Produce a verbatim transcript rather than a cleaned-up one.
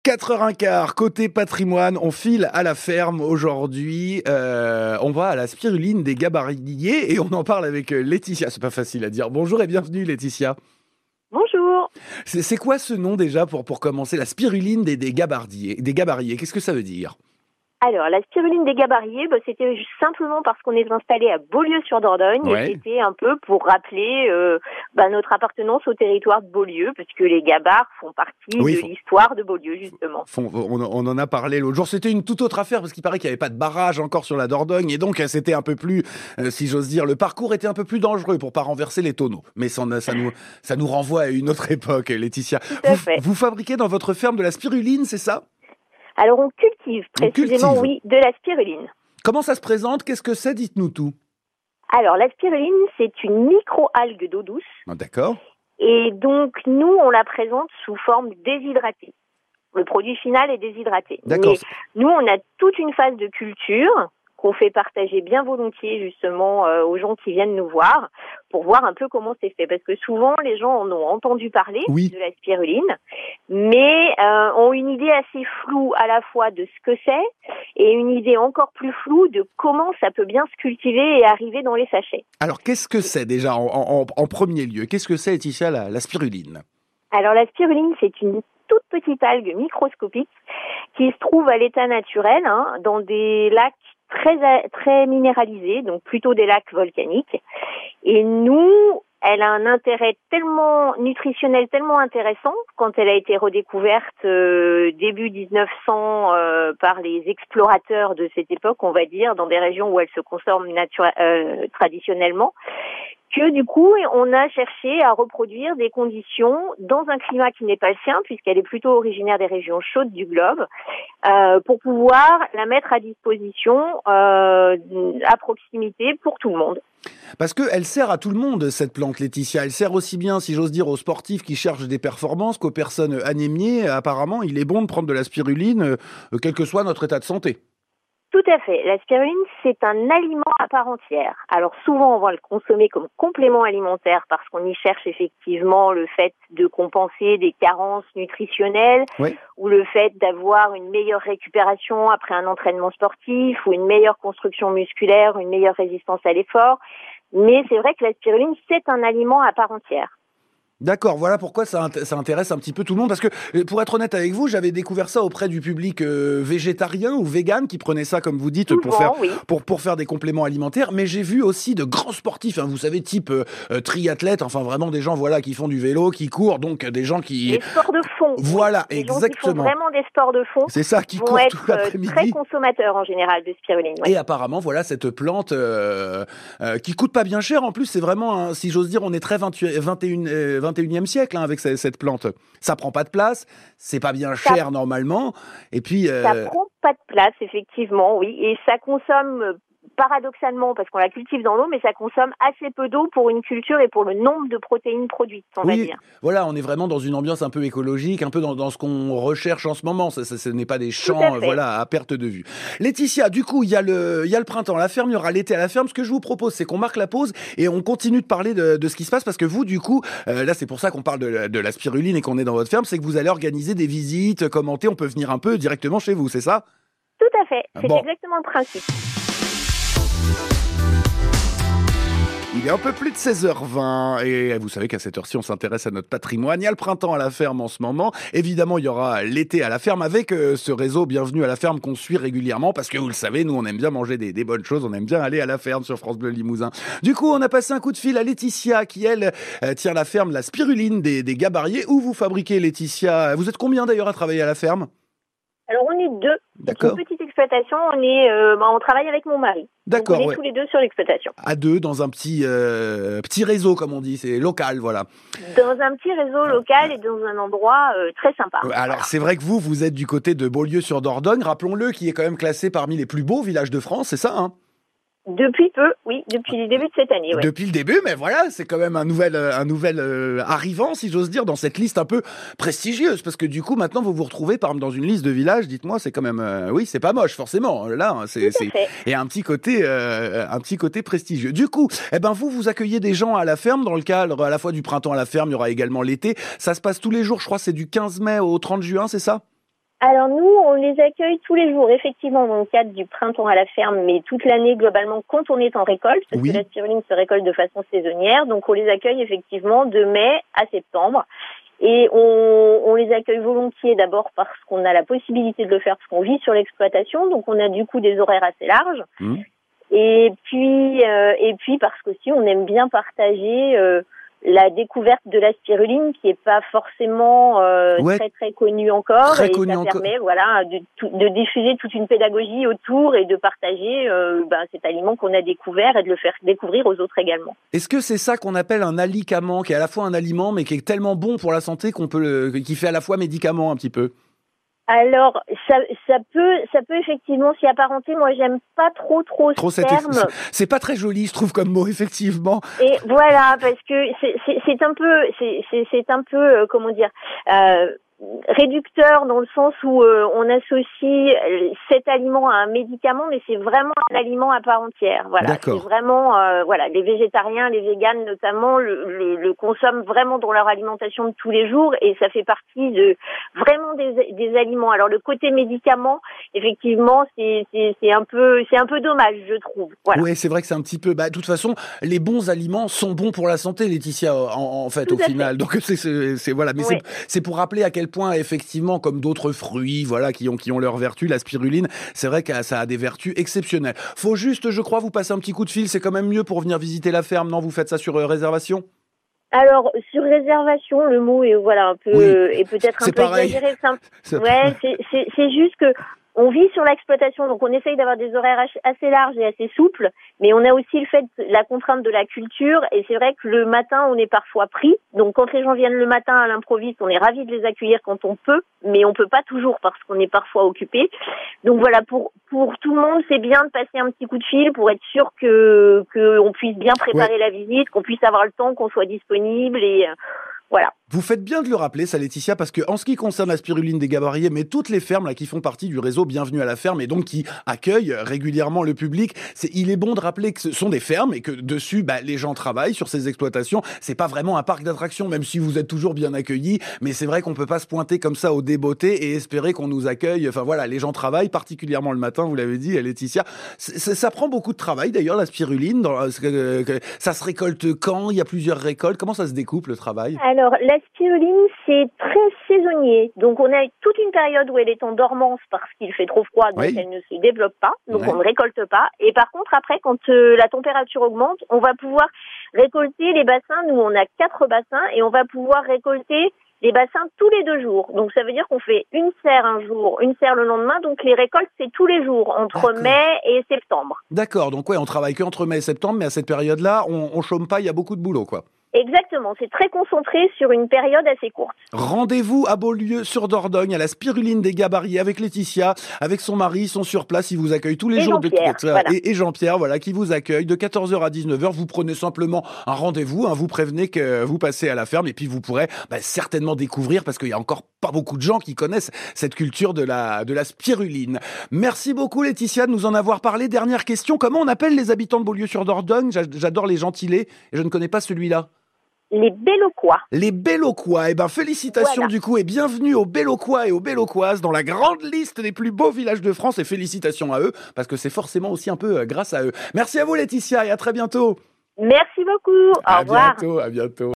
quatre heures quinze, côté patrimoine, on file à la ferme aujourd'hui. Euh, on va à la spiruline des Gabarriers et on en parle avec Laetitia. C'est pas facile à dire. Bonjour et bienvenue Laetitia. Bonjour. C'est, c'est quoi ce nom déjà pour, pour commencer? La spiruline des, des Gabarriers. Des Gabarriers, qu'est-ce que ça veut dire? Alors, la spiruline des Gabarriers, bah, c'était simplement parce qu'on est installé à Beaulieu-sur-Dordogne, Ouais. et c'était un peu pour rappeler euh, bah, notre appartenance au territoire de Beaulieu, parce que les Gabarres font partie Oui, de font- l'histoire de Beaulieu, justement. Fon- On, on en a parlé l'autre jour. C'était une toute autre affaire parce qu'il paraît qu'il n'y avait pas de barrage encore sur la Dordogne et donc euh, c'était un peu plus, euh, si j'ose dire, le parcours était un peu plus dangereux pour pas renverser les tonneaux. Mais ça, en a- ça nous, ça nous renvoie à une autre époque, Laetitia. Tout à Vous, fait. vous fabriquez dans votre ferme de la spiruline, c'est ça? Alors, on cultive On précisément, cultive. oui, de la spiruline. Comment ça se présente? Qu'est-ce que c'est? Dites-nous tout. Alors, la spiruline, c'est une micro-algue d'eau douce, Ah, d'accord. et donc, nous, on la présente sous forme déshydratée. Le produit final est déshydraté. D'accord. Mais nous, on a toute une phase de culture qu'on fait partager bien volontiers justement euh, aux gens qui viennent nous voir pour voir un peu comment c'est fait. Parce que souvent, les gens en ont entendu parler Oui. de la spiruline, mais euh, ont une idée assez floue à la fois de ce que c'est et une idée encore plus floue de comment ça peut bien se cultiver et arriver dans les sachets. Alors, qu'est-ce que c'est déjà en, en- en premier lieu? Qu'est-ce que c'est, Laetitia, la, la spiruline? Alors la spiruline, c'est une toute petite algue microscopique qui se trouve à l'état naturel hein, dans des lacs très très minéralisés, donc plutôt des lacs volcaniques. Et nous, elle a un intérêt tellement nutritionnel, tellement intéressant quand elle a été redécouverte euh, début dix-neuf cents euh, par les explorateurs de cette époque, on va dire, dans des régions où elle se consomme natura- euh, traditionnellement, que du coup, on a cherché à reproduire des conditions dans un climat qui n'est pas le sien, puisqu'elle est plutôt originaire des régions chaudes du globe, euh, pour pouvoir la mettre à disposition euh, à proximité pour tout le monde. Parce qu'elle sert à tout le monde, cette plante, Laetitia. Elle sert aussi bien, si j'ose dire, aux sportifs qui cherchent des performances qu'aux personnes anémiées. Apparemment, il est bon de prendre de la spiruline, euh, quel que soit notre état de santé. Tout à fait. La spiruline, c'est un aliment à part entière. Alors souvent, on va le consommer comme complément alimentaire parce qu'on y cherche effectivement le fait de compenser des carences nutritionnelles Oui. ou le fait d'avoir une meilleure récupération après un entraînement sportif ou une meilleure construction musculaire, une meilleure résistance à l'effort. Mais c'est vrai que la spiruline, c'est un aliment à part entière. D'accord, voilà pourquoi ça, int- ça intéresse un petit peu tout le monde. Parce que, euh, pour être honnête avec vous, j'avais découvert ça auprès du public euh, végétarien ou vegan qui prenait ça, comme vous dites, pour Souvent, faire, oui. pour, pour faire des compléments alimentaires. Mais j'ai vu aussi de grands sportifs, hein, vous savez, type euh, euh, triathlètes, enfin vraiment des gens voilà, qui font du vélo, qui courent, donc euh, des gens qui... Les sports de fond. Voilà, Les gens qui font exactement. vraiment des sports de fond C'est ça, qui vont courent être tout euh, très l'après-midi. consommateurs en général de spiruline. Ouais. Et apparemment, voilà, cette plante euh, euh, qui coûte pas bien cher. En plus, c'est vraiment, un- si j'ose dire, on est très vingt et un, euh, vingt et unième siècle hein, avec ce- cette plante. Ça prend pas de place, c'est pas bien Ça- cher normalement. Et puis, euh, Ça prend pas de place, effectivement, oui, et ça consomme euh, paradoxalement, parce qu'on la cultive dans l'eau, mais ça consomme assez peu d'eau pour une culture et pour le nombre de protéines produites, on va oui, dire. voilà, on est vraiment dans une ambiance un peu écologique, un peu dans, dans ce qu'on recherche en ce moment. Ça, ça- ce n'est pas des à champs, fait. euh, voilà, à perte de vue. Laetitia, du coup, il y a le, il y a le printemps à la ferme, il y aura l'été à la ferme. Ce que je vous propose, c'est qu'on marque la pause et on continue de parler de, de ce qui se passe parce que vous, du coup, euh, là, c'est pour ça qu'on parle de, la- de la spiruline et qu'on est dans votre ferme, c'est que vous allez organiser des visites, commenter, on peut venir un peu directement chez vous, c'est ça? Tout à fait, c'est Bon. exactement le principe. Il est un peu plus de seize heures vingt et vous savez qu'à cette heure-ci, on s'intéresse à notre patrimoine. Il y a le printemps à la ferme en ce moment. Évidemment, il y aura l'été à la ferme avec euh, ce réseau Bienvenue à la ferme qu'on suit régulièrement parce que vous le savez, nous, on aime bien manger des, des bonnes choses. On aime bien aller à la ferme sur France Bleu Limousin. Du coup, on a passé un coup de fil à Laetitia qui, elle, euh, tient la ferme La Spiruline des, des Gabarriers. Où vous fabriquez, Laetitia? Vous êtes combien d'ailleurs à travailler à la ferme? Alors on est deux. C'est D'accord. une petite exploitation, on est, euh, bah, on travaille avec mon mari. Donc D'accord, on est ouais. tous les deux sur l'exploitation. À deux, dans un petit, euh, petit réseau, comme on dit. C'est local, voilà. Dans un petit réseau local et dans un endroit euh, très sympa. Euh, Alors, c'est vrai que vous, vous êtes du côté de Beaulieu-sur-Dordogne, rappelons-le, qui est quand même classé parmi les plus beaux villages de France, c'est ça, hein? Depuis peu, oui, depuis le début de cette année. Ouais. Depuis le début, mais voilà, c'est quand même un nouvel, euh, un nouvel euh, arrivant, si j'ose dire, dans cette liste un peu prestigieuse, parce que du coup, maintenant, vous vous retrouvez, par exemple, dans une liste de villages, dites-moi, c'est quand même, euh, oui, c'est pas moche, forcément, là, hein, c'est, Tout à c'est, fait. et un petit côté, euh, un petit côté prestigieux. Du coup, eh ben, vous, vous accueillez des gens à la ferme, dans le cadre à la fois du printemps à la ferme, il y aura également l'été, ça se passe tous les jours, je crois, c'est du quinze mai au trente juin, c'est ça? Alors nous, on les accueille tous les jours, effectivement, dans le cadre du printemps à la ferme, mais toute l'année globalement quand on est en récolte, parce Oui. que la spiruline se récolte de façon saisonnière, donc on les accueille effectivement de mai à septembre. Et on, on les accueille volontiers d'abord parce qu'on a la possibilité de le faire, parce qu'on vit sur l'exploitation, donc on a du coup des horaires assez larges. Mmh. Et puis, euh, et puis parce qu'aussi on aime bien partager euh, la découverte de la spiruline qui est pas forcément euh, Ouais. très très connue encore, Très et connue ça encore. permet voilà de, de diffuser toute une pédagogie autour et de partager euh, ben, cet aliment qu'on a découvert et de le faire découvrir aux autres également. Est-ce que c'est ça qu'on appelle un alicament, qui est à la fois un aliment mais qui est tellement bon pour la santé qu'on peut le, qui fait à la fois médicament un petit peu? Alors, ça, ça peut, ça peut effectivement s'y apparenter. Moi, j'aime pas trop, trop, Trop ce cette terme. c'est- c'est pas très joli, je trouve, comme mot, effectivement. Et voilà, parce que c'est, c'est, c'est un peu, c'est, c'est, c'est un peu, euh, comment dire, euh, réducteur dans le sens où euh, on associe cet aliment à un médicament, mais c'est vraiment un aliment à part entière. Voilà, D'accord. c'est vraiment, euh, voilà, les végétariens, les véganes notamment le, le, le consomment vraiment dans leur alimentation de tous les jours, et ça fait partie de vraiment des, des aliments. Alors le côté médicament, effectivement, c'est, c'est, c'est un peu, c'est un peu dommage, je trouve. Voilà. Oui, c'est vrai que c'est un petit peu. Bah, de toute façon, les bons aliments sont bons pour la santé, Laetitia, en, en fait, Tout au à final. fait. Donc c'est, c'est, c'est voilà. Mais Ouais. c'est, c'est pour rappeler à quel point, effectivement, comme d'autres fruits, voilà, qui ont qui ont leurs vertus, la spiruline, c'est vrai que ça a des vertus exceptionnelles. Faut juste, je crois, vous passer un petit coup de fil. C'est quand même mieux pour venir visiter la ferme, non? Vous faites ça sur euh, réservation? Alors, sur réservation, le mot est voilà un peu Oui, est peut-être un c'est peu pareil. exagéré. C'est un- C'est- Ouais, c'est c'est c'est juste que on vit sur l'exploitation, donc on essaye d'avoir des horaires ach- assez larges et assez souples, mais on a aussi le fait de la contrainte de la culture, et c'est vrai que le matin on est parfois pris. Donc quand les gens viennent le matin à l'improviste, on est ravis de les accueillir quand on peut, mais on peut pas toujours parce qu'on est parfois occupé. Donc voilà, pour pour tout le monde, c'est bien de passer un petit coup de fil pour être sûr que que on puisse bien préparer Ouais. la visite, qu'on puisse avoir le temps, qu'on soit disponible, et euh, voilà. Vous faites bien de le rappeler, ça, Laetitia, parce que en ce qui concerne la spiruline des Gabariers, mais toutes les fermes là qui font partie du réseau Bienvenue à la ferme et donc qui accueillent régulièrement le public, c'est, il est bon de rappeler que ce sont des fermes et que dessus, bah, les gens travaillent sur ces exploitations. C'est pas vraiment un parc d'attractions, même si vous êtes toujours bien accueillis. Mais c'est vrai qu'on peut pas se pointer comme ça au débeauté et espérer qu'on nous accueille. Enfin voilà, les gens travaillent, particulièrement le matin, vous l'avez dit, Laetitia. C'est, c'est, ça prend beaucoup de travail d'ailleurs, la spiruline. Dans, euh, ça se récolte quand? Il y a plusieurs récoltes. Comment ça se découpe le travail? Alors, la spiruline, c'est très saisonnier. Donc, on a toute une période où elle est en dormance parce qu'il fait trop froid, donc Oui. elle ne se développe pas. Donc, Ouais. on ne récolte pas. Et par contre, après, quand euh, la température augmente, on va pouvoir récolter les bassins. Nous, on a quatre bassins et on va pouvoir récolter les bassins tous les deux jours. Donc, ça veut dire qu'on fait une serre un jour, une serre le lendemain. Donc, les récoltes, c'est tous les jours, entre D'accord. mai et septembre. D'accord, donc ouais, on travaille que entre mai et septembre, mais à cette période-là, on, on chôme pas, il y a beaucoup de boulot, quoi. Exactement. C'est très concentré sur une période assez courte. Rendez-vous à Beaulieu sur Dordogne, à la spiruline des Gabariers, avec Laetitia, avec son mari, ils sont sur place, ils vous accueillent tous les Et jours. Jean-Pierre, de... voilà. et, et Jean-Pierre, voilà, qui vous accueille de quatorze heures à dix-neuf heures. Vous prenez simplement un rendez-vous, hein, vous prévenez que vous passez à la ferme, et puis vous pourrez bah, certainement découvrir, parce qu'il y a encore pas beaucoup de gens qui connaissent cette culture de la, de la spiruline. Merci beaucoup Laetitia de nous en avoir parlé. Dernière question, comment on appelle les habitants de Beaulieu sur Dordogne? J'adore les gentilés, et je ne connais pas celui-là. Les Belloquois. Les Belloquois, eh ben félicitations Voilà. du coup et bienvenue aux Belloquois et aux Belloquoises dans la grande liste des plus beaux villages de France, et félicitations à eux parce que c'est forcément aussi un peu euh, grâce à eux. Merci à vous Laetitia et à très bientôt. Merci beaucoup. Au À revoir. bientôt, à bientôt.